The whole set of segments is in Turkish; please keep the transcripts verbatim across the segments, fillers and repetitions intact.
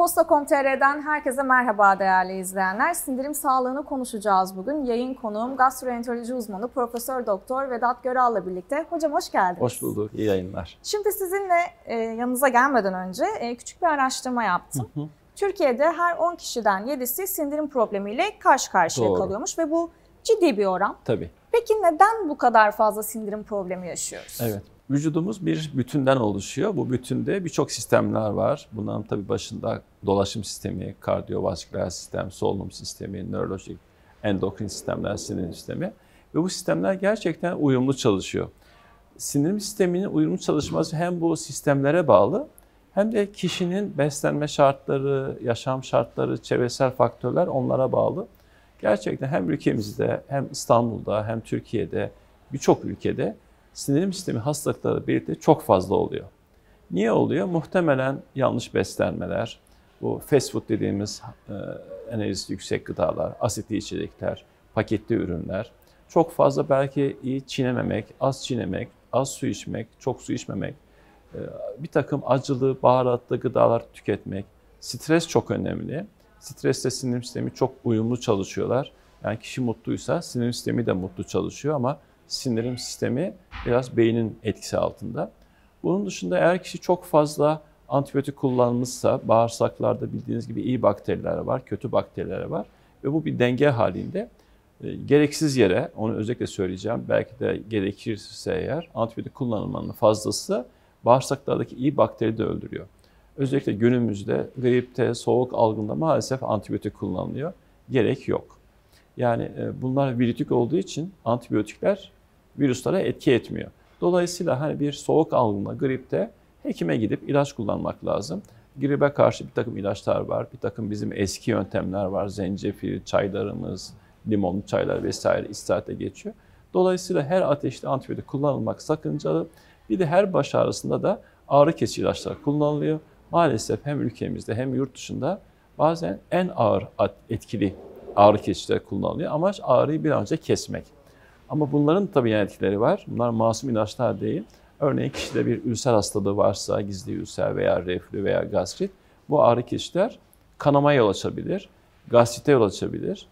Posta nokta com nokta t r'den herkese merhaba değerli izleyenler. Sindirim sağlığını konuşacağız bugün. Yayın konuğum gastroenteroloji uzmanı Profesör Doktor Vedat Göral'la birlikte. Hocam hoş geldiniz. Hoş bulduk. İyi yayınlar. Şimdi sizinle e, yanınıza gelmeden önce e, küçük bir araştırma yaptım. Hı hı. Türkiye'de her on kişiden yedisi sindirim problemiyle karşı karşıya Doğru. kalıyormuş ve bu ciddi bir oran. Tabii. Peki neden bu kadar fazla sindirim problemi yaşıyoruz? Evet. Vücudumuz bir bütünden oluşuyor. Bu bütünde birçok sistemler var. Bunların tabii başında dolaşım sistemi, kardiyovasküler sistem, solunum sistemi, nörolojik, endokrin sistemler, sindirim sistemi. Ve bu sistemler gerçekten uyumlu çalışıyor. Sindirim sisteminin uyumlu çalışması hem bu sistemlere bağlı hem de kişinin beslenme şartları, yaşam şartları, çevresel faktörler onlara bağlı. Gerçekten hem ülkemizde hem İstanbul'da hem Türkiye'de birçok ülkede sindirim sistemi hastalıkları birlikte çok fazla oluyor. Niye oluyor? Muhtemelen yanlış beslenmeler, bu fast food dediğimiz e, enerjisi yüksek gıdalar, asitli içecekler, paketli ürünler, çok fazla belki iyi çiğnememek, az çiğnemek, az su içmek, çok su içmemek, e, bir takım acılı, baharatlı gıdalar tüketmek, stres çok önemli. Stresle sindirim sistemi çok uyumlu çalışıyorlar. Yani kişi mutluysa sindirim sistemi de mutlu çalışıyor ama sindirim sistemi biraz beynin etkisi altında. Bunun dışında eğer kişi çok fazla antibiyotik kullanmışsa bağırsaklarda bildiğiniz gibi iyi bakteriler var, kötü bakteriler var ve bu bir denge halinde e, gereksiz yere, onu özellikle söyleyeceğim, belki de gerekirse eğer antibiyotik kullanılmanın fazlası bağırsaklardaki iyi bakteri de öldürüyor. Özellikle günümüzde gripte, soğuk algında maalesef antibiyotik kullanılıyor. Gerek yok. Yani bunlar virütik olduğu için antibiyotikler virüslere etki etmiyor. Dolayısıyla hani bir soğuk algında, gripte hekime gidip ilaç kullanmak lazım. Gribe karşı bir takım ilaçlar var, bir takım bizim eski yöntemler var. Zencefil, çaylarımız, limonlu çaylar vesaire istirahate geçiyor. Dolayısıyla her ateşte antibiyotik kullanılmak sakıncalı. Bir de her baş ağrısında da ağrı kesici ilaçlar kullanılıyor. Maalesef hem ülkemizde hem yurt dışında bazen en ağır etkili ağrı kesiciler kullanılıyor. Amaç ağrıyı bir an önce kesmek. Ama bunların tabii yan etkileri var. Bunlar masum ilaçlar değil. Örneğin kişide bir ülser hastalığı varsa, gizli ülser veya reflü veya gastrit, bu ağrı kesiciler kanamaya yol açabilir, gastrite yol açabilir.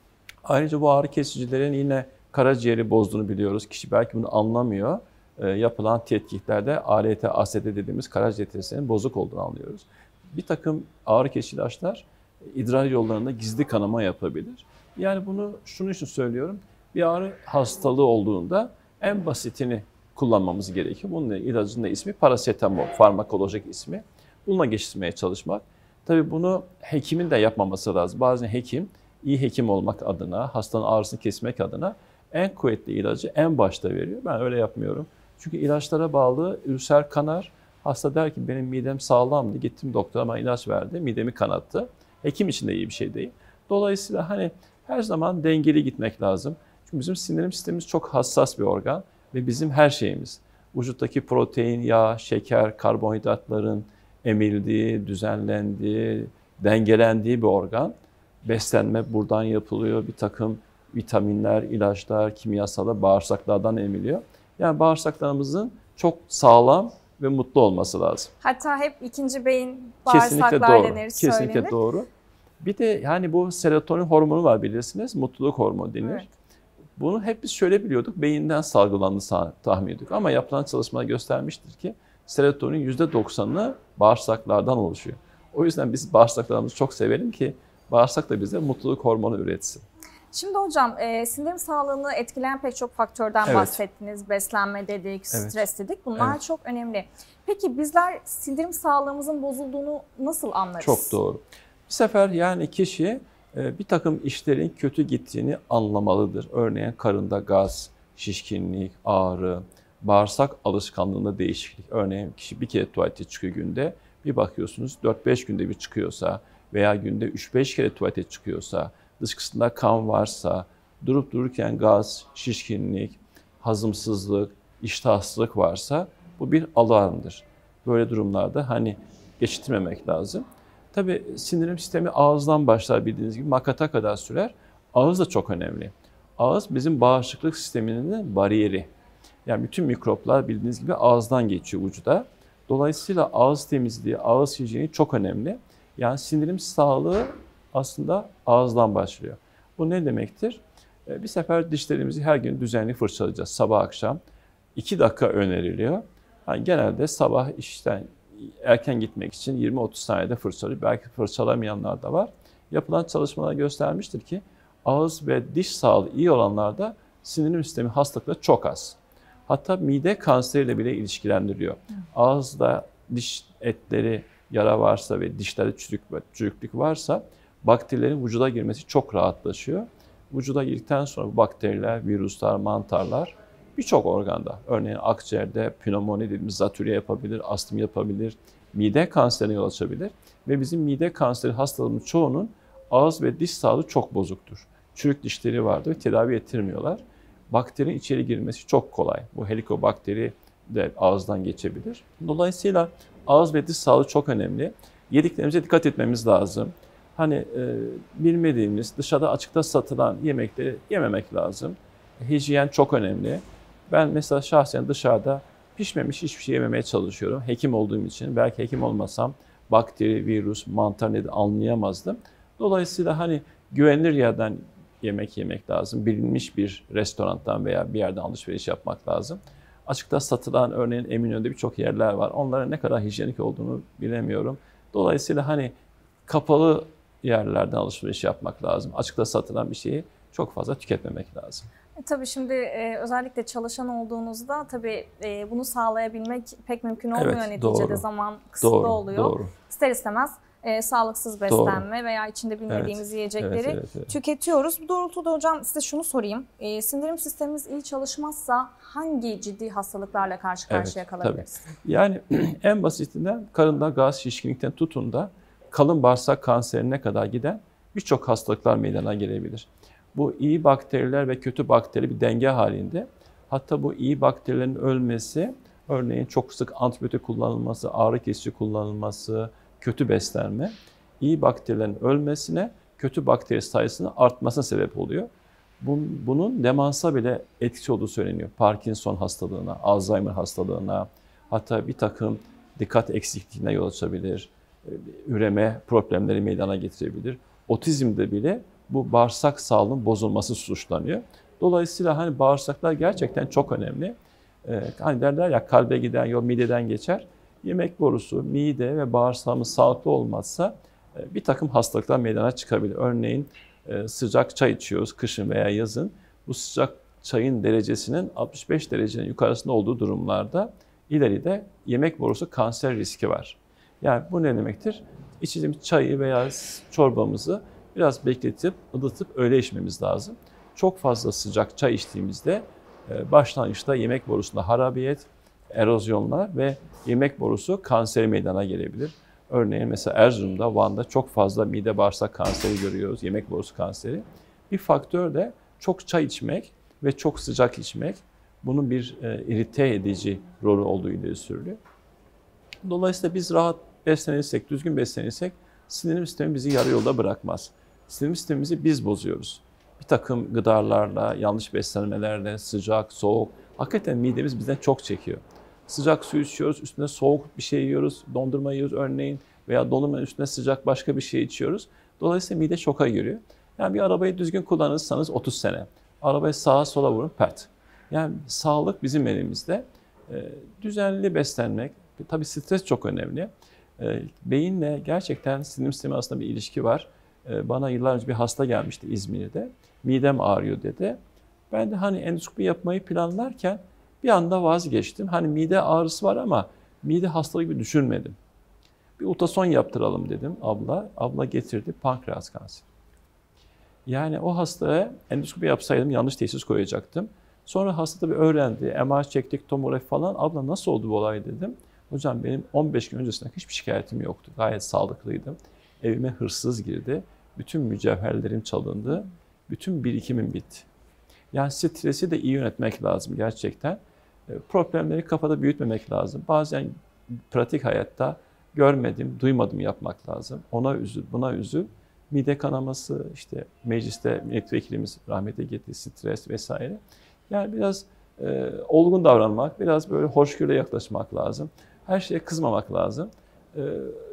Ayrıca bu ağrı kesicilerin yine karaciğeri bozduğunu biliyoruz. Kişi belki bunu anlamıyor. E, yapılan tetkiklerde A L T, A S T dediğimiz karaciğer testlerinin bozuk olduğunu anlıyoruz. Bir takım ağrı kesici ilaçlar idrar yollarında gizli kanama yapabilir. Yani bunu şunun için söylüyorum. Bir ağrı hastalığı olduğunda en basitini kullanmamız gerekiyor. Bunun ilacının da ismi parasetamol, farmakolojik ismi. Bununla geçirmeye çalışmak. Tabii bunu hekimin de yapmaması lazım. Bazen hekim iyi hekim olmak adına, hastanın ağrısını kesmek adına en kuvvetli ilacı en başta veriyor. Ben öyle yapmıyorum. Çünkü ilaçlara bağlı ülser kanar. Hasta der ki benim midem sağlamdı. Gittim doktora ama ilaç verdi. Midemi kanattı. Hekim için de iyi bir şey değil. Dolayısıyla hani her zaman dengeli gitmek lazım. Çünkü bizim sindirim sistemimiz çok hassas bir organ ve bizim her şeyimiz. Vücuttaki protein, yağ, şeker, karbonhidratların emildiği, düzenlendiği, dengelendiği bir organ. Beslenme buradan yapılıyor. Bir takım vitaminler, ilaçlar, kimyasallar bağırsaklardan emiliyor. Yani bağırsaklarımızın çok sağlam ve mutlu olması lazım. Hatta hep ikinci beyin bağırsaklar denir, Kesinlikle söylenir. doğru. Bir de yani bu serotonin hormonu var bilirsiniz. Mutluluk hormonu denir. Evet. Bunu hep biz şöyle biliyorduk. Beyinden salgılandığını tahmin ediyorduk. Ama yapılan çalışmalar göstermiştir ki serotonin yüzde doksanı bağırsaklardan oluşuyor. O yüzden biz bağırsaklarımızı çok sevelim ki bağırsak da bize mutluluk hormonu üretsin. Şimdi hocam e, sindirim sağlığını etkileyen pek çok faktörden evet. bahsettiniz. Beslenme dedik, stres evet. dedik. Bunlar evet. çok önemli. Peki bizler sindirim sağlığımızın bozulduğunu nasıl anlarız? Çok doğru. Bir sefer yani kişi e, bir takım işlerin kötü gittiğini anlamalıdır. Örneğin karında gaz, şişkinlik, ağrı, bağırsak alışkanlığında değişiklik. Örneğin kişi bir kere tuvalete çıkıyor günde. Bir bakıyorsunuz dört beş günde bir çıkıyorsa veya günde üç beş kere tuvalete çıkıyorsa, dışkısında kan varsa, durup dururken gaz, şişkinlik, hazımsızlık, iştahsızlık varsa bu bir alarmdır. Böyle durumlarda hani geçirmemek lazım. Tabii sindirim sistemi ağızdan başlar bildiğiniz gibi makata kadar sürer. Ağız da çok önemli. Ağız bizim bağışıklık sisteminin bariyeri. Yani bütün mikroplar bildiğiniz gibi ağızdan geçiyor vücuda. Dolayısıyla ağız temizliği, ağız hijyeni çok önemli. Yani sindirim sağlığı aslında ağızdan başlıyor. Bu ne demektir? Bir sefer dişlerimizi her gün düzenli fırçalayacağız. Sabah akşam iki dakika öneriliyor. Yani genelde sabah işten erken gitmek için yirmi otuz saniyede fırçalıyor. Belki fırçalamayanlar da var. Yapılan çalışmalar göstermiştir ki ağız ve diş sağlığı iyi olanlarda sindirim sistemi hastalıkları çok az. Hatta mide kanseriyle bile ilişkilendiriyor. Hı. Ağızda diş etleri yara varsa ve dişlerde çürük, çürüklük varsa bakterilerin vücuda girmesi çok rahatlaşıyor. Vücuda girdikten sonra bu bakteriler, virüsler, mantarlar birçok organda, örneğin akciğerde pnömoni dediğimiz zatürre yapabilir, astım yapabilir, mide kanserine yol açabilir ve bizim mide kanseri hastalarının çoğunun ağız ve diş sağlığı çok bozuktur. Çürük dişleri vardır ve tedavi ettirmiyorlar. Bakterinin içeri girmesi çok kolay. Bu helikobakteri de ağızdan geçebilir. Dolayısıyla ağız ve diş sağlığı çok önemli. Yediklerimize dikkat etmemiz lazım. Hani e, bilmediğimiz, dışarıda açıkta satılan yemekleri yememek lazım. Hijyen çok önemli. Ben mesela şahsen dışarıda pişmemiş hiçbir şey yememeye çalışıyorum. Hekim olduğum için. Belki hekim olmasam bakteri, virüs, mantar nedir anlayamazdım. Dolayısıyla hani güvenilir yerden yemek yemek lazım. Bilinmiş bir restorandan veya bir yerden alışveriş yapmak lazım. Açıkta satılan örneğin Eminönü'nde birçok yerler var. Onların ne kadar hijyenik olduğunu bilemiyorum. Dolayısıyla hani kapalı yerlerden alışveriş yapmak lazım. Açıkta satılan bir şeyi çok fazla tüketmemek lazım. E, tabii şimdi e, özellikle çalışan olduğunuzda tabii e, bunu sağlayabilmek pek mümkün olmuyor, evet, neticede doğru. Zaman kısıtlı doğru, oluyor. Doğru. İster istemez e, sağlıksız beslenme doğru. veya içinde bilmediğimiz evet, yiyecekleri evet, evet, evet. tüketiyoruz. Bu doğrultuda hocam size şunu sorayım. E, sindirim sistemimiz iyi çalışmazsa hangi ciddi hastalıklarla karşı karşıya evet, kalabiliriz? Tabii. Yani en basitinden karında gaz, şişkinlikten tutun da kalın bağırsak kanserine kadar giden birçok hastalıklar meydana gelebilir. Bu iyi bakteriler ve kötü bakteri bir denge halinde. Hatta bu iyi bakterilerin ölmesi, örneğin çok sık antibiyotik kullanılması, ağrı kesici kullanılması, kötü beslenme, iyi bakterilerin ölmesine, kötü bakteri sayısının artmasına sebep oluyor. Bunun demansa bile etkisi olduğu söyleniyor. Parkinson hastalığına, Alzheimer hastalığına, hatta bir takım dikkat eksikliğine yol açabilir, üreme problemleri meydana getirebilir. Otizmde bile bu bağırsak sağlığının bozulması suçlanıyor. Dolayısıyla hani bağırsaklar gerçekten çok önemli. Ee, hani derler ya kalbe giden yol mideden geçer. Yemek borusu, mide ve bağırsağımız sağlıklı olmazsa e, bir takım hastalıklar meydana çıkabilir. Örneğin e, sıcak çay içiyoruz kışın veya yazın. Bu sıcak çayın derecesinin altmış beş derecenin yukarısında olduğu durumlarda ileride yemek borusu kanser riski var. Yani bu ne demektir? İçtiğimiz çayı veya çorbamızı biraz bekletip, ılıtıp öyle içmemiz lazım. Çok fazla sıcak çay içtiğimizde başlangıçta yemek borusunda harabiyet, erozyonlar ve yemek borusu kanseri meydana gelebilir. Örneğin mesela Erzurum'da, Van'da çok fazla mide bağırsak kanseri görüyoruz, yemek borusu kanseri. Bir faktör de çok çay içmek ve çok sıcak içmek. Bunun bir e, irite edici rolü olduğu ileri sürülüyor. Dolayısıyla biz rahat beslenirsek, düzgün beslenirsek sindirim sistemi bizi yarı yolda bırakmaz. Sindirim sistemimizi biz bozuyoruz. Bir takım gıdalarla, yanlış beslenmelerle, sıcak, soğuk. Hakikaten midemiz bizden çok çekiyor. Sıcak su içiyoruz, üstüne soğuk bir şey yiyoruz, dondurma yiyoruz örneğin veya dondurmanın üstüne sıcak başka bir şey içiyoruz. Dolayısıyla mide şoka giriyor. Yani bir arabayı düzgün kullanırsanız otuz sene. Arabayı sağa sola vurun pert. Yani sağlık bizim elimizde. E, düzenli beslenmek, tabii stres çok önemli. E, beyinle gerçekten sindirim sistemi arasında bir ilişki var. E, bana yıllar önce bir hasta gelmişti İzmir'de. Midem ağrıyor dedi. Ben de hani endoskopi yapmayı planlarken bir anda vazgeçtim. Hani mide ağrısı var ama mide hastalığı gibi düşünmedim. Bir ultrason yaptıralım dedim abla. Abla getirdi pankreas kanseri. Yani o hastaya endoskopi yapsaydım yanlış teşhis koyacaktım. Sonra hasta tabii öğrendi. M R çektik, tomografi falan. Abla nasıl oldu bu olay dedim. Hocam benim on beş gün öncesinden hiçbir şikayetim yoktu. Gayet sağlıklıydım. Evime hırsız girdi. Bütün mücevherlerim çalındı. Bütün birikimim bitti. Yani stresi de iyi yönetmek lazım gerçekten. Problemleri kafada büyütmemek lazım. Bazen pratik hayatta görmedim, duymadım yapmak lazım. Ona üzül, buna üzül. Mide kanaması, işte mecliste milletvekilimiz rahmete gitti, stres vesaire. Yani biraz e, olgun davranmak, biraz böyle hoşgörüyle yaklaşmak lazım. Her şeye kızmamak lazım. E,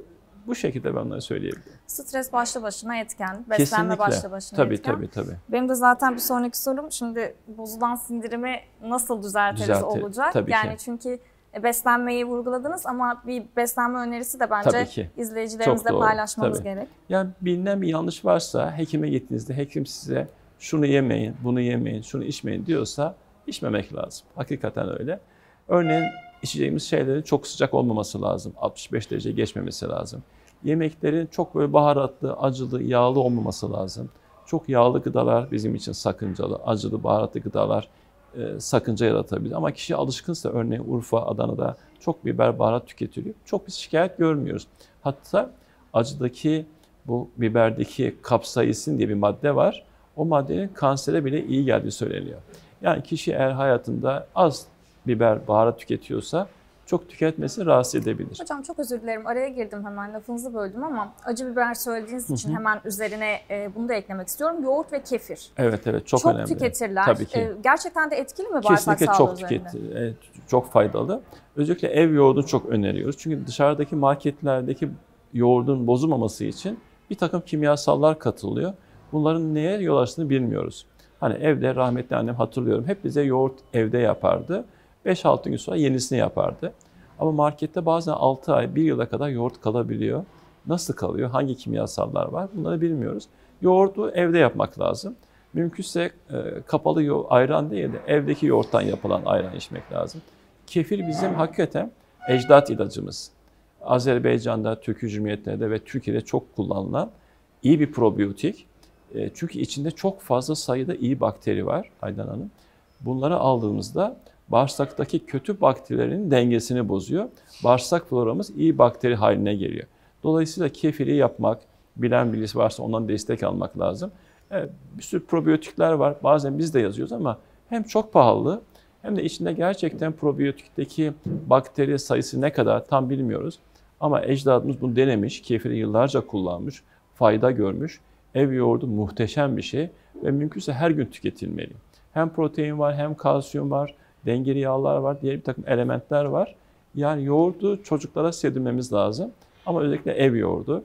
Bu şekilde ben onları söyleyebilirim. Stres başlı başına etken, beslenme Kesinlikle. başlı başına tabii, etken. Tabii tabii. Benim de zaten bir sonraki sorum şimdi bozulan sindirimi nasıl düzeltiriz Düzeltir. olacak. Tabii yani ki. çünkü beslenmeyi vurguladınız ama bir beslenme önerisi de bence izleyicilerimizle paylaşmamız tabii. gerek. Yani bilinen bir yanlış varsa hekime gittiğinizde hekim size şunu yemeyin, bunu yemeyin, şunu içmeyin diyorsa içmemek lazım. Hakikaten öyle. Örneğin içeceğimiz şeylerin çok sıcak olmaması lazım. altmış beş derece geçmemesi lazım. Yemeklerin çok böyle baharatlı, acılı, yağlı olmaması lazım. Çok yağlı gıdalar bizim için sakıncalı. Acılı, baharatlı gıdalar e, sakınca yaratabilir. Ama kişi alışkınsa örneğin Urfa, Adana'da çok biber, baharat tüketiliyor. Çok bir şikayet görmüyoruz. Hatta acıdaki bu biberdeki kapsaisin diye bir madde var. O maddenin kansere bile iyi geldiği söyleniyor. Yani kişi eğer hayatında az biber, baharat tüketiyorsa çok tüketmesi rahatsız edebilir. Hocam çok özür dilerim. Araya girdim hemen. Lafınızı böldüm ama acı biber söylediğiniz için hemen üzerine e, bunu da eklemek istiyorum. Yoğurt ve kefir. Evet evet çok, çok önemli. Çok tüketirler. Tabii ki. E, gerçekten de etkili mi bağırsak Kesinlikle sağlığı çok üzerinde? tüketir. Evet, çok faydalı. Özellikle ev yoğurdunu çok öneriyoruz. Çünkü dışarıdaki marketlerdeki yoğurdun bozulmaması için bir takım kimyasallar katılıyor. Bunların neye yol açtığını bilmiyoruz. Hani evde rahmetli annem hatırlıyorum hep bize yoğurt evde yapardı. beş altı gün sonra yenisini yapardı. Ama markette bazen altı ay, bir yıla kadar yoğurt kalabiliyor. Nasıl kalıyor? Hangi kimyasallar var? Bunları bilmiyoruz. Yoğurdu evde yapmak lazım. Mümkünse e, kapalı yo- ayran değil de evdeki yoğurttan yapılan ayran içmek lazım. Kefir bizim hakikaten ecdat ilacımız. Azerbaycan'da, Türkiye Cumhuriyeti'nde ve Türkiye'de çok kullanılan iyi bir probiyotik. E, çünkü içinde çok fazla sayıda iyi bakteri var Aydan Hanım. Bunları aldığımızda bağırsaktaki kötü bakterilerin dengesini bozuyor. Bağırsak floramız iyi bakteri haline geliyor. Dolayısıyla kefiri yapmak, bilen birisi varsa ondan destek almak lazım. Evet, bir sürü probiyotikler var. Bazen biz de yazıyoruz ama hem çok pahalı hem de içinde gerçekten probiyotikteki bakteri sayısı ne kadar tam bilmiyoruz. Ama ecdadımız bunu denemiş, kefiri yıllarca kullanmış, fayda görmüş. Ev yoğurdu muhteşem bir şey ve mümkünse her gün tüketilmeli. Hem protein var, hem kalsiyum var, dengeli yağlar var, diğer bir takım elementler var. Yani yoğurdu çocuklara sevdirmemiz lazım. Ama özellikle ev yoğurdu.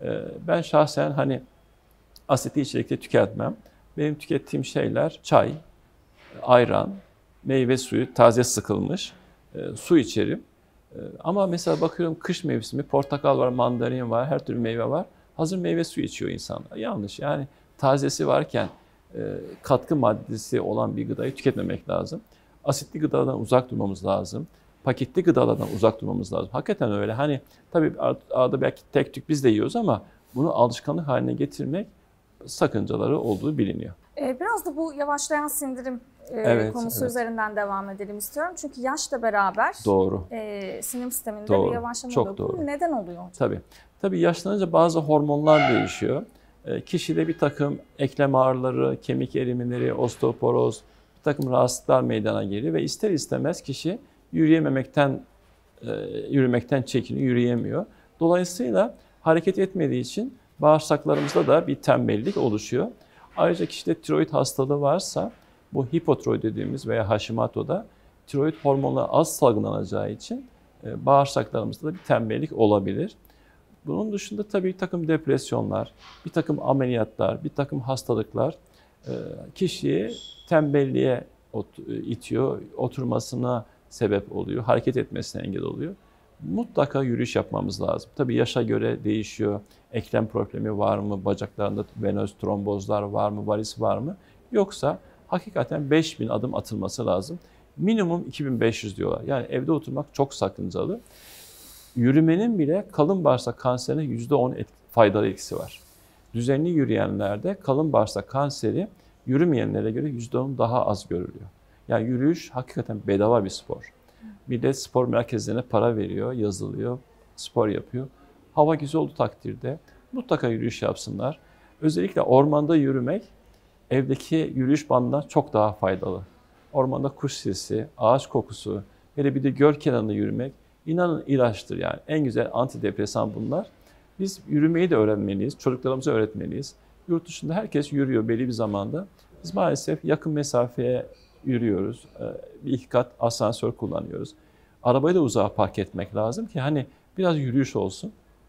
Ben şahsen hani asitli içerikli tüketmem. Benim tükettiğim şeyler çay, ayran, meyve suyu, taze sıkılmış, su içerim. Ama mesela bakıyorum kış mevsimi, portakal var, mandalina var, her türlü meyve var. Hazır meyve suyu içiyor insanlar. Yanlış. Yani tazesi varken katkı maddesi olan bir gıdayı tüketmemek lazım. Asitli gıdalardan uzak durmamız lazım. Paketli gıdalardan uzak durmamız lazım. Hakikaten öyle. Hani tabii arada belki tek tük biz de yiyoruz ama bunu alışkanlık haline getirmek sakıncaları olduğu biliniyor. Biraz da bu yavaşlayan sindirim evet, konusu evet. üzerinden devam edelim istiyorum. Çünkü yaşla beraber doğru. E, sindirim sisteminde doğru. bir yavaşlama Çok oluyor. doğru. Bu neden oluyor hocam? Tabii. Tabii yaşlanınca bazı hormonlar değişiyor. Kişide bir takım eklem ağrıları, kemik erimeleri, osteoporoz, bir takım rahatsızlıklar meydana geliyor ve ister istemez kişi yürüyememekten, yürümekten çekiniyor, yürüyemiyor. Dolayısıyla hareket etmediği için bağırsaklarımızda da bir tembellik oluşuyor. Ayrıca kişide tiroid hastalığı varsa bu hipotiroid dediğimiz veya Hashimoto'da tiroid hormonları az salgılanacağı için bağırsaklarımızda da bir tembellik olabilir. Bunun dışında tabii bir takım depresyonlar, bir takım ameliyatlar, bir takım hastalıklar kişiyi tembelliğe itiyor, oturmasına sebep oluyor, hareket etmesine engel oluyor. Mutlaka yürüyüş yapmamız lazım. Tabii yaşa göre değişiyor. Eklem problemi var mı? Bacaklarında venöz trombozlar var mı? Varis var mı? Yoksa hakikaten beş bin adım atılması lazım. Minimum iki bin beş yüz diyorlar. Yani evde oturmak çok sakıncalı. Yürümenin bile kalın bağırsak kanserine yüzde on faydalı etkisi var. Düzenli yürüyenlerde kalın bağırsak kanseri yürümeyenlere göre yüzde on daha az görülüyor. Yani yürüyüş hakikaten bedava bir spor. Millet spor merkezlerine para veriyor, yazılıyor, spor yapıyor. Hava güzel olduğu takdirde mutlaka yürüyüş yapsınlar. Özellikle ormanda yürümek evdeki yürüyüş bandından çok daha faydalı. Ormanda kuş sesi, ağaç kokusu, hele bir de göl kenarında yürümek inanın ilaçtır yani. En güzel antidepresan bunlar. Biz yürümeyi de öğrenmeliyiz, çocuklarımıza öğretmeliyiz. Yurt dışında herkes yürüyor belli bir zamanda. Biz maalesef yakın mesafeye yürüyoruz. Bir iki kat asansör kullanıyoruz. Arabayı da uzağa park etmek lazım ki hani biraz yürüyüş olsun.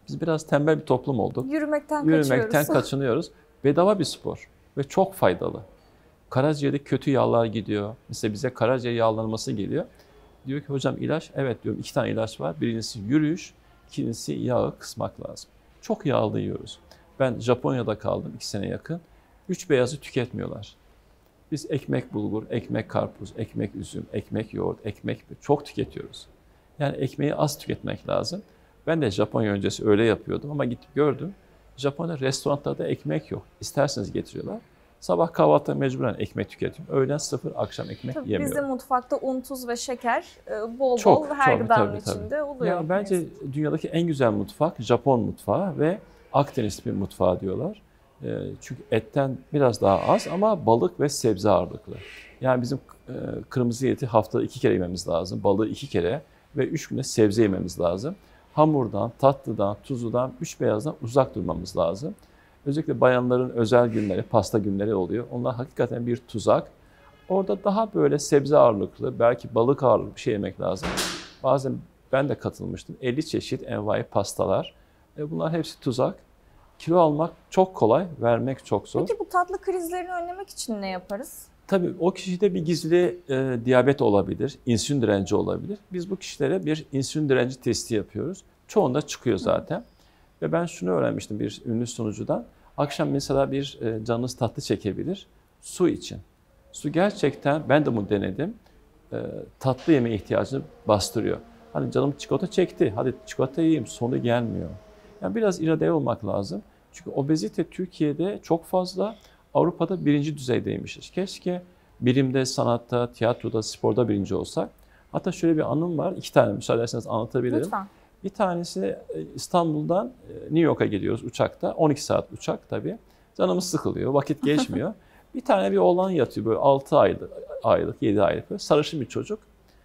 Biz biraz tembel bir toplum olduk. Yürümekten, Yürümekten kaçıyoruz. kaçınıyoruz. Bedava bir spor ve çok faydalı. Karaciğerde kötü yağlar gidiyor. Mesela bize karaciğer yağlanması geliyor. Diyor ki hocam ilaç, evet diyorum iki tane ilaç var. Birincisi yürüyüş, ikincisi yağı kısmak lazım. Çok yağlı yiyoruz. Ben Japonya'da kaldım iki sene yakın. Üç beyazı tüketmiyorlar. Biz ekmek bulgur, ekmek karpuz, ekmek üzüm, ekmek yoğurt, ekmek çok tüketiyoruz. Yani ekmeği az tüketmek lazım. Ben de Japonya öncesi öyle yapıyordum ama gidip gördüm. Japonya restoranlarda ekmek yok. İsterseniz getiriyorlar. Sabah kahvaltıda mecburen ekmek tüketiyorum. Öğlen sıfır, akşam ekmek Tabii yemiyorum. bizim mutfakta un, tuz ve şeker bol çok, bol her çok, gıdanın tabii, içinde tabii. oluyor. Yani bence dünyadaki en güzel mutfak Japon mutfağı ve Akdeniz bir mutfağı diyorlar. Çünkü etten biraz daha az ama balık ve sebze ağırlıklı. Yani bizim kırmızı eti haftada iki kere yememiz lazım. Balığı iki kere ve üç günde sebze yememiz lazım. Hamurdan, tatlıdan, tuzludan, üç beyazdan uzak durmamız lazım. Özellikle bayanların özel günleri, pasta günleri oluyor. Onlar hakikaten bir tuzak. Orada daha böyle sebze ağırlıklı, belki balık ağırlıklı bir şey yemek lazım. Bazen ben de katılmıştım. elli çeşit envai pastalar. Bunlar hepsi tuzak. Kilo almak çok kolay, vermek çok zor. Peki bu tatlı krizlerini önlemek için ne yaparız? Tabii o kişide bir gizli e, diyabet olabilir, insülin direnci olabilir. Biz bu kişilere bir insülin direnci testi yapıyoruz. Çoğunda çıkıyor zaten. Hı. Ve ben şunu öğrenmiştim bir ünlü sunucudan. Akşam mesela bir e, canınız tatlı çekebilir, su için. Su gerçekten, ben de bunu denedim, e, tatlı yeme ihtiyacını bastırıyor. Hani canım çikolata çekti, hadi çikolata yiyeyim, sonu gelmiyor. Yani biraz iradeli olmak lazım. Çünkü obezite Türkiye'de çok fazla, Avrupa'da birinci düzeydeymişiz. Keşke bilimde, sanatta, tiyatroda, sporda birinci olsak. Hatta şöyle bir anım var, iki tane müsaade ederseniz anlatabilirim. Lütfen. Bir tanesi İstanbul'dan New York'a gidiyoruz uçakta, on iki saat uçak tabii. Canımız sıkılıyor, vakit geçmiyor. Bir tane bir oğlan yatıyor böyle altı aylık, aylık yedi aylık böyle sarışın bir çocuk.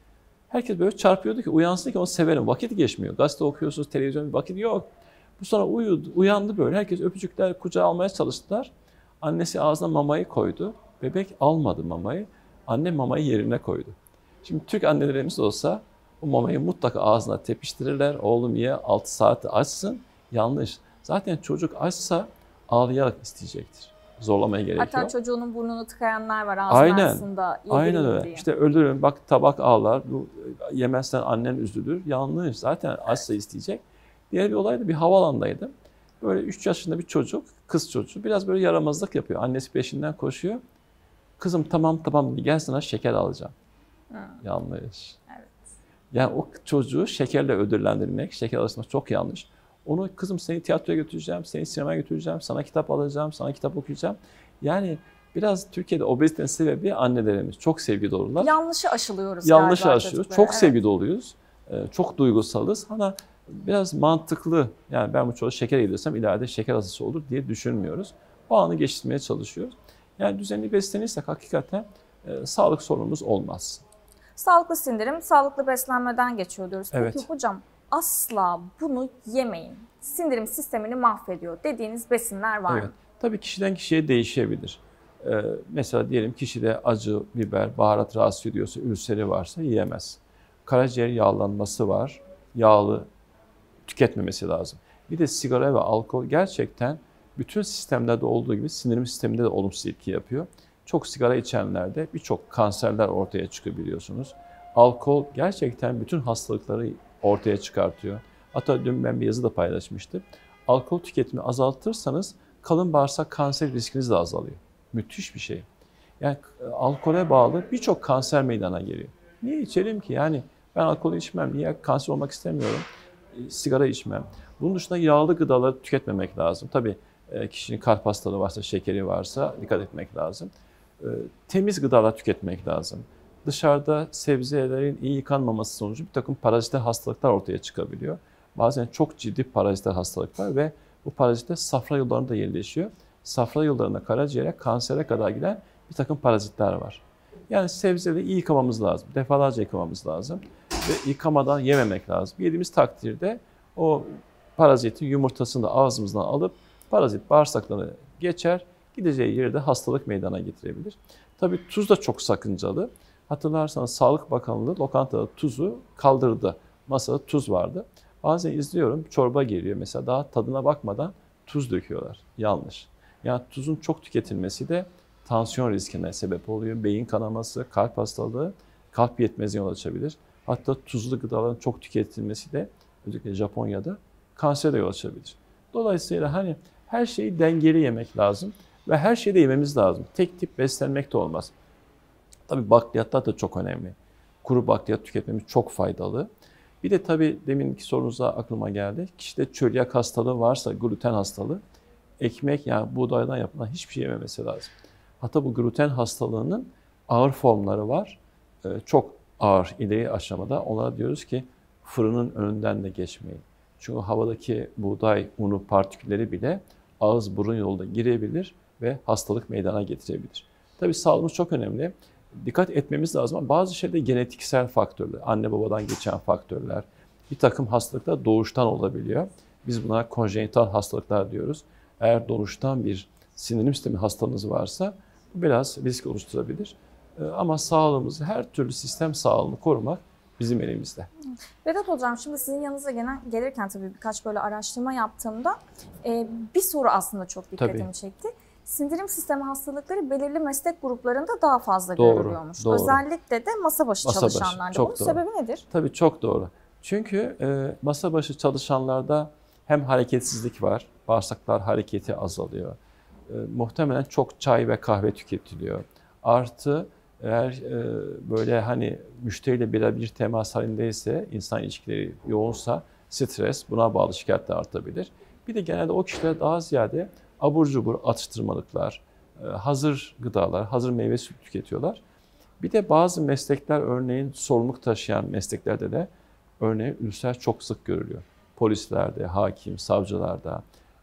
Herkes böyle çarpıyordu ki uyansın ki onu severim, vakit geçmiyor. Gazete okuyorsunuz, televizyon, vakit yok. Bu sonra uyudu, uyandı böyle. Herkes öpücükler, kucağa almaya çalıştılar. Annesi ağzına mamayı koydu. Bebek almadı mamayı. Anne mamayı yerine koydu. Şimdi Türk annelerimiz olsa o mamayı mutlaka ağzına tepiştirirler. Oğlum ye, altı saati açsın. Yanlış. Zaten çocuk açsa ağlayarak isteyecektir. Zorlamaya gerek Hatta yok. çocuğunun burnunu tıkayanlar var ağzına Aynen. aslında. Aynen öyle. Diye. İşte ölürüm, bak tabak ağlar, bu yemezsen annen üzülür. Yanlış. Zaten açsa isteyecek. Diğer bir olay da bir havalandaydım. Böyle üç yaşında bir çocuk, kız çocuğu biraz böyle yaramazlık yapıyor. Annesi peşinden koşuyor. Kızım tamam tamam gel sana şeker alacağım. Hmm. Yanlış. Evet. Yani o çocuğu şekerle ödüllendirmek, şeker alıştırmak çok yanlış. Onu kızım seni tiyatroya götüreceğim, seni sinemaya götüreceğim, sana kitap alacağım, sana kitap okuyacağım. Yani biraz Türkiye'de obezitenin sebebi annelerimiz. Çok sevgi dolular. Yanlışı aşılıyoruz Yanlışı galiba aşıyoruz. Çok evet. sevgi doluyuz. Çok duygusalız. Ama biraz mantıklı, yani ben bu çocuğa şeker yedirsem ileride şeker hastası olur diye düşünmüyoruz. O anı geçirmeye çalışıyoruz. Yani düzenli beslenirsek hakikaten e, sağlık sorunumuz olmaz. Sağlıklı sindirim, sağlıklı beslenmeden geçiyor diyoruz. Peki Evet. hocam asla bunu yemeyin. Sindirim sistemini mahvediyor dediğiniz besinler var Evet. mı? Tabii kişiden kişiye değişebilir. Ee, mesela diyelim kişide acı, biber, baharat rahatsız ediyorsa, ülseri varsa yiyemez. Karaciğer yağlanması var, yağlı tüketmemesi lazım. Bir de sigara ve alkol gerçekten bütün sistemlerde olduğu gibi sindirim sisteminde de olumsuz etki yapıyor. Çok sigara içenlerde birçok kanserler ortaya çıkıyor biliyorsunuz. Alkol gerçekten bütün hastalıkları ortaya çıkartıyor. Hatta dün ben bir yazı da paylaşmıştım. Alkol tüketimini azaltırsanız kalın bağırsak kanser riskiniz de azalıyor. Müthiş bir şey. Yani alkole bağlı birçok kanser meydana geliyor. Niye içelim ki? Yani ben alkol içmem, niye kanser olmak istemiyorum, sigara içmem. Bunun dışında yağlı gıdaları tüketmemek lazım. Tabii kişinin kalp hastalığı varsa, şekeri varsa dikkat etmek lazım. Temiz gıdalar tüketmek lazım. Dışarıda sebzelerin iyi yıkanmaması sonucu bir takım paraziter hastalıklar ortaya çıkabiliyor. Bazen çok ciddi paraziter hastalıklar ve bu parazitler safra yollarında yerleşiyor. Safra yollarında karaciğere, kansere kadar giden bir takım parazitler var. Yani sebzeleri iyi yıkamamız lazım. Defalarca yıkamamız lazım. Ve yıkamadan yememek lazım. Yediğimiz takdirde o parazitin yumurtasını da ağzımızdan alıp parazit bağırsaklarına geçer. Gideceği yerde hastalık meydana getirebilir. Tabii tuz da çok sakıncalı. Hatırlarsanız Sağlık Bakanlığı lokantada tuzu kaldırdı. Masada tuz vardı. Bazen izliyorum, çorba geliyor mesela, daha tadına bakmadan tuz döküyorlar. Yanlış. Yani tuzun çok tüketilmesi de tansiyon riskine sebep oluyor. Beyin kanaması, kalp hastalığı, kalp yetmezliğine yol açabilir. Hatta tuzlu gıdaların çok tüketilmesi de özellikle Japonya'da kansere yol açabilir. Dolayısıyla hani her şeyi dengeli yemek lazım ve her şeyi de yememiz lazım. Tek tip beslenmek de olmaz. Tabii bakliyatlar da çok önemli. Kuru bakliyat tüketmemiz çok faydalı. Bir de tabii deminki sorunuza aklıma geldi. Kişide çölyak hastalığı varsa, gluten hastalığı, ekmek yani buğdaydan yapılan hiçbir şey yememesi lazım. Hatta bu gluten hastalığının ağır formları var. Çok ağır ileri aşamada. Onlara diyoruz ki fırının önünden de geçmeyin. Çünkü havadaki buğday unu partikülleri bile ağız burun yolunda girebilir ve hastalık meydana getirebilir. Tabii sağlığımız çok önemli. Dikkat etmemiz lazım ama bazı şeyler genetiksel faktörler, anne babadan geçen faktörler, bir takım hastalıklar doğuştan olabiliyor. Biz buna konjenital hastalıklar diyoruz. Eğer doğuştan bir sindirim sistemi hastalığınız varsa bu biraz risk oluşturabilir. Ama sağlığımızı, her türlü sistem sağlığını korumak bizim elimizde. Vedat Hocam, şimdi sizin yanınıza gelen, gelirken tabii birkaç böyle araştırma yaptığımda e, bir soru aslında çok dikkatimi tabii. çekti. Sindirim sistemi hastalıkları belirli meslek gruplarında daha fazla doğru, görülüyormuş. Doğru. Özellikle de masa başı masa çalışanlarda. Bunun doğru. sebebi nedir? Tabii çok doğru. Çünkü e, masa başı çalışanlarda hem hareketsizlik var, bağırsaklar hareketi azalıyor. E, muhtemelen çok çay ve kahve tüketiliyor. Artı eğer e, böyle hani müşteriyle birebir temas halindeyse, insan ilişkileri yoğunsa stres, buna bağlı şikayetler artabilir. Bir de genelde o kişiler daha ziyade abur cubur atıştırmalıklar, hazır gıdalar, hazır meyve suyu tüketiyorlar. Bir de bazı meslekler, örneğin sorumluluk taşıyan mesleklerde de örneğin ülser çok sık görülüyor. Polislerde, hakim, savcılarda,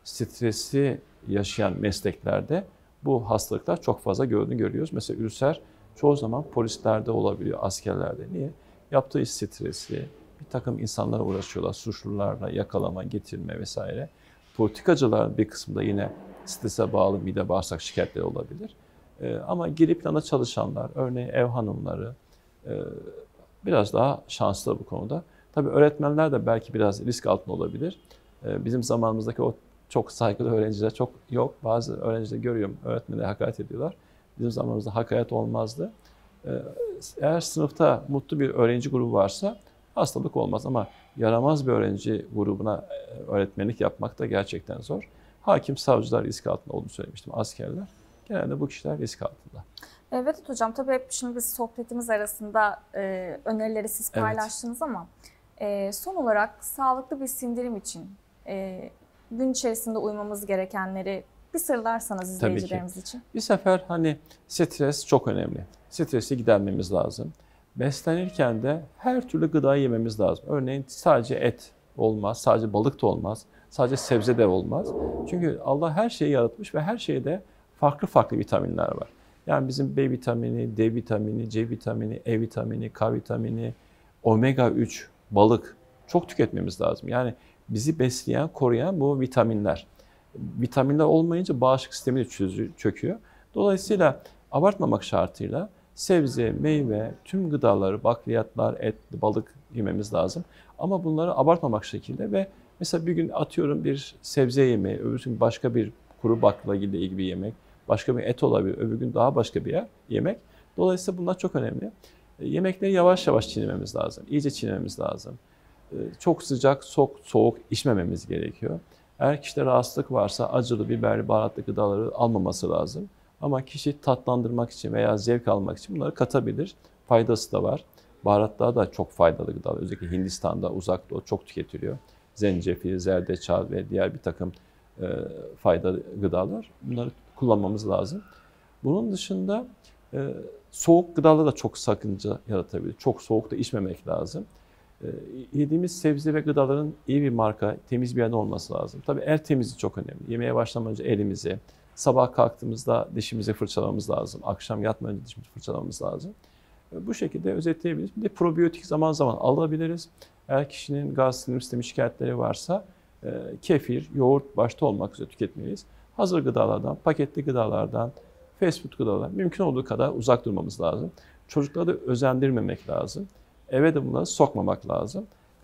stresi yaşayan mesleklerde bu hastalıklar çok fazla gördüğünü görüyoruz. Mesela ülser çoğu zaman polislerde olabiliyor, askerlerde. Niye? Yaptığı iş stresi, bir takım insanlara uğraşıyorlar, suçlularla yakalama, getirme vesaire. Politikacıların bir kısmında yine strese bağlı mide bağırsak şikayetleri olabilir. Ee, ama geri plana çalışanlar, örneğin ev hanımları e, biraz daha şanslı bu konuda. Tabii öğretmenler de belki biraz risk altında olabilir. Ee, bizim zamanımızdaki o çok saygılı öğrenciler çok yok. Bazı öğrenciler görüyorum, öğretmenlere hakaret ediyorlar. Bizim zamanımızda hakaret olmazdı. Ee, eğer sınıfta mutlu bir öğrenci grubu varsa hastalık olmaz ama yaramaz bir öğrenci grubuna öğretmenlik yapmak da gerçekten zor. Hakim, savcılar risk altında olduğunu söylemiştim, askerler. Genelde bu kişiler risk altında. Evet hocam, tabii hep şimdi biz sohbetimiz arasında e, önerileri siz paylaştınız evet. ama e, son olarak sağlıklı bir sindirim için e, gün içerisinde uymamız gerekenleri bir sıralarsanız izleyicilerimiz için. Bir sefer hani stres çok önemli. Stresi gidermemiz lazım. Beslenirken de her türlü gıdayı yememiz lazım. Örneğin sadece et olmaz, sadece balık da olmaz, sadece sebze de olmaz. Çünkü Allah her şeyi yaratmış ve her şeyde farklı farklı vitaminler var. Yani bizim B vitamini, D vitamini, C vitamini, E vitamini, K vitamini, omega üç, balık çok tüketmemiz lazım. Yani bizi besleyen, koruyan bu vitaminler. Vitaminler olmayınca bağışıklık sistemi de çöküyor. Dolayısıyla abartmamak şartıyla sebze, meyve, tüm gıdaları, bakliyatlar, et, balık yememiz lazım. Ama bunları abartmamak şekilde ve mesela bir gün atıyorum bir sebze yemeği, öbür gün başka bir kuru bakliyatla ilgili bir yemek, başka bir et olabilir, öbür gün daha başka bir yer yemek. Dolayısıyla bunlar çok önemli. Yemekleri yavaş yavaş çiğnememiz lazım, iyice çiğnememiz lazım. Çok sıcak, çok soğuk içmememiz gerekiyor. Eğer kişide rahatsızlık varsa acılı, biberli, baharatlı gıdaları almaması lazım. Ama kişi tatlandırmak için veya zevk almak için bunları katabilir. Faydası da var. Baharatlar da çok faydalı gıdalar. Özellikle Hindistan'da, Uzak Doğu çok tüketiliyor. Zencefil, zerdeçal ve diğer bir takım e, faydalı gıdalar. Bunları kullanmamız lazım. Bunun dışında e, soğuk gıdalar da çok sakınca yaratabilir. Çok soğuk da içmemek lazım. E, yediğimiz sebze ve gıdaların iyi bir marka, temiz bir yerde olması lazım. Tabii el temizliği çok önemli. Yemeğe başlamadan önce elimizi, sabah kalktığımızda dişimizi fırçalamamız lazım. Akşam yatmadan önce dişimizi fırçalamamız lazım. Bu şekilde özetleyebiliriz. Bir de probiyotik zaman zaman alabiliriz. Eğer kişinin gaz sindirim sistemi şikayetleri varsa kefir, yoğurt başta olmak üzere tüketmeliyiz. Hazır gıdalardan, paketli gıdalardan, fast food gıdalardan mümkün olduğu kadar uzak durmamız lazım. Çocukları da özendirmemek lazım. Eve de bunları sokmamak lazım. Ve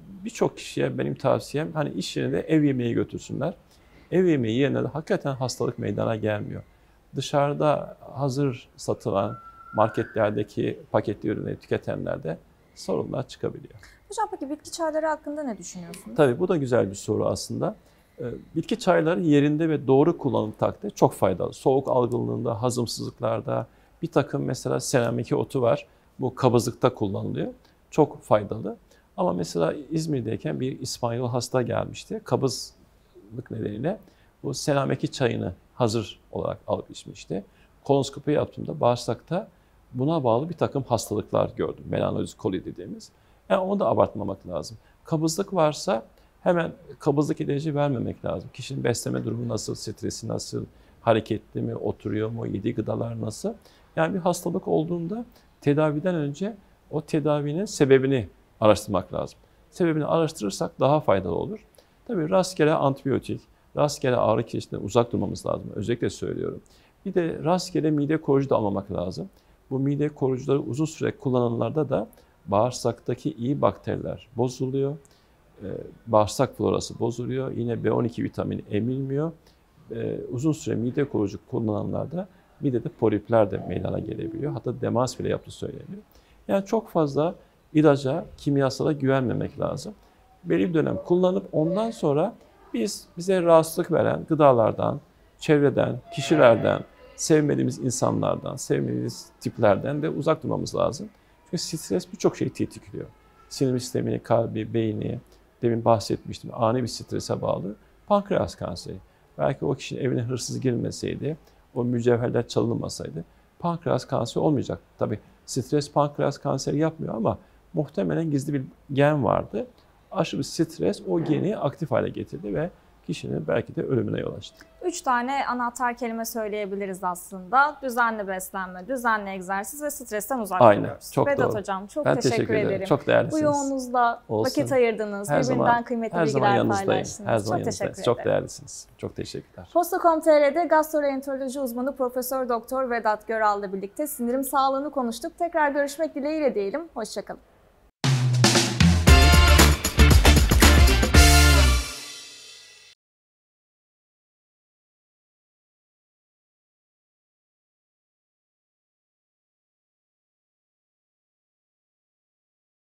birçok kişiye benim tavsiyem hani iş yerinde ev yemeği götürsünler. Ev yemeği yerine de hakikaten hastalık meydana gelmiyor. Dışarıda hazır satılan marketlerdeki paketli ürünleri tüketenlerde sorunlar çıkabiliyor. Hocam peki bitki çayları hakkında ne düşünüyorsunuz? Tabii bu da güzel bir soru aslında. Bitki çayları yerinde ve doğru kullanım takdirde çok faydalı. Soğuk algınlığında, hazımsızlıklarda, bir takım mesela seramiki otu var. Bu kabızlıkta kullanılıyor. Çok faydalı. Ama mesela İzmir'deyken bir İspanyol hasta gelmişti. Kabızlık nedeniyle bu seramiki çayını hazır olarak alıp içmişti. Kolonoskopi yaptığımda bağırsakta buna bağlı bir takım hastalıklar gördüm. Melanozis coli dediğimiz. Yani onu da abartmamak lazım. Kabızlık varsa hemen kabızlık ilacı vermemek lazım. Kişinin besleme durumu nasıl, stresi nasıl, hareketli mi, oturuyor mu, yediği gıdalar nasıl? Yani bir hastalık olduğunda tedaviden önce o tedavinin sebebini araştırmak lazım. Sebebini araştırırsak daha faydalı olur. Tabii rastgele antibiyotik, rastgele ağrı kesicinden uzak durmamız lazım. Özellikle söylüyorum. Bir de rastgele mide koruyucu da almamak lazım. Bu mide koruyucuları uzun süre kullananlarda da bağırsaktaki iyi bakteriler bozuluyor. Ee, bağırsak florası bozuluyor. Yine B on iki vitamini emilmiyor. Ee, uzun süre mide koruyucu kullananlarda midede polipler de meydana gelebiliyor. Hatta demans bile yaptığı söyleniyor. Yani çok fazla ilaca, kimyasala güvenmemek lazım. Belli bir dönem kullanıp ondan sonra biz bize rahatsızlık veren gıdalardan, çevreden, kişilerden, sevmediğimiz insanlardan, sevmediğimiz tiplerden de uzak durmamız lazım. Çünkü stres birçok şeyi tetikliyor. Sinir sistemini, kalbi, beyni, demin bahsetmiştim, ani bir strese bağlı pankreas kanseri. Belki o kişinin evine hırsız girmeseydi, o mücevherler çalınmasaydı pankreas kanseri olmayacak. Tabii stres pankreas kanseri yapmıyor ama muhtemelen gizli bir gen vardı. Aşırı bir stres o geni aktif hale getirdi ve kişinin belki de ölümüne yol açtı. Üç tane anahtar kelime söyleyebiliriz aslında. Düzenli beslenme, düzenli egzersiz ve stresten uzak Aynen, duruyoruz. çok Vedat doğru. Hocam çok ben teşekkür, teşekkür ederim. ederim. Çok değerlisiniz. Bu yoğunluğuzda Olsun. vakit ayırdınız. Her Birbirinden zaman, kıymetli her zaman bilgiler yanınızdayım. paylaştınız. Her zaman çok teşekkür ederim. Çok değerlisiniz. Çok teşekkürler. Posta nokta com nokta t r'de gastroenteroloji uzmanı Profesör Doktor Vedat Göral'la birlikte sindirim sağlığını konuştuk. Tekrar görüşmek dileğiyle diyelim. Hoşça kalın.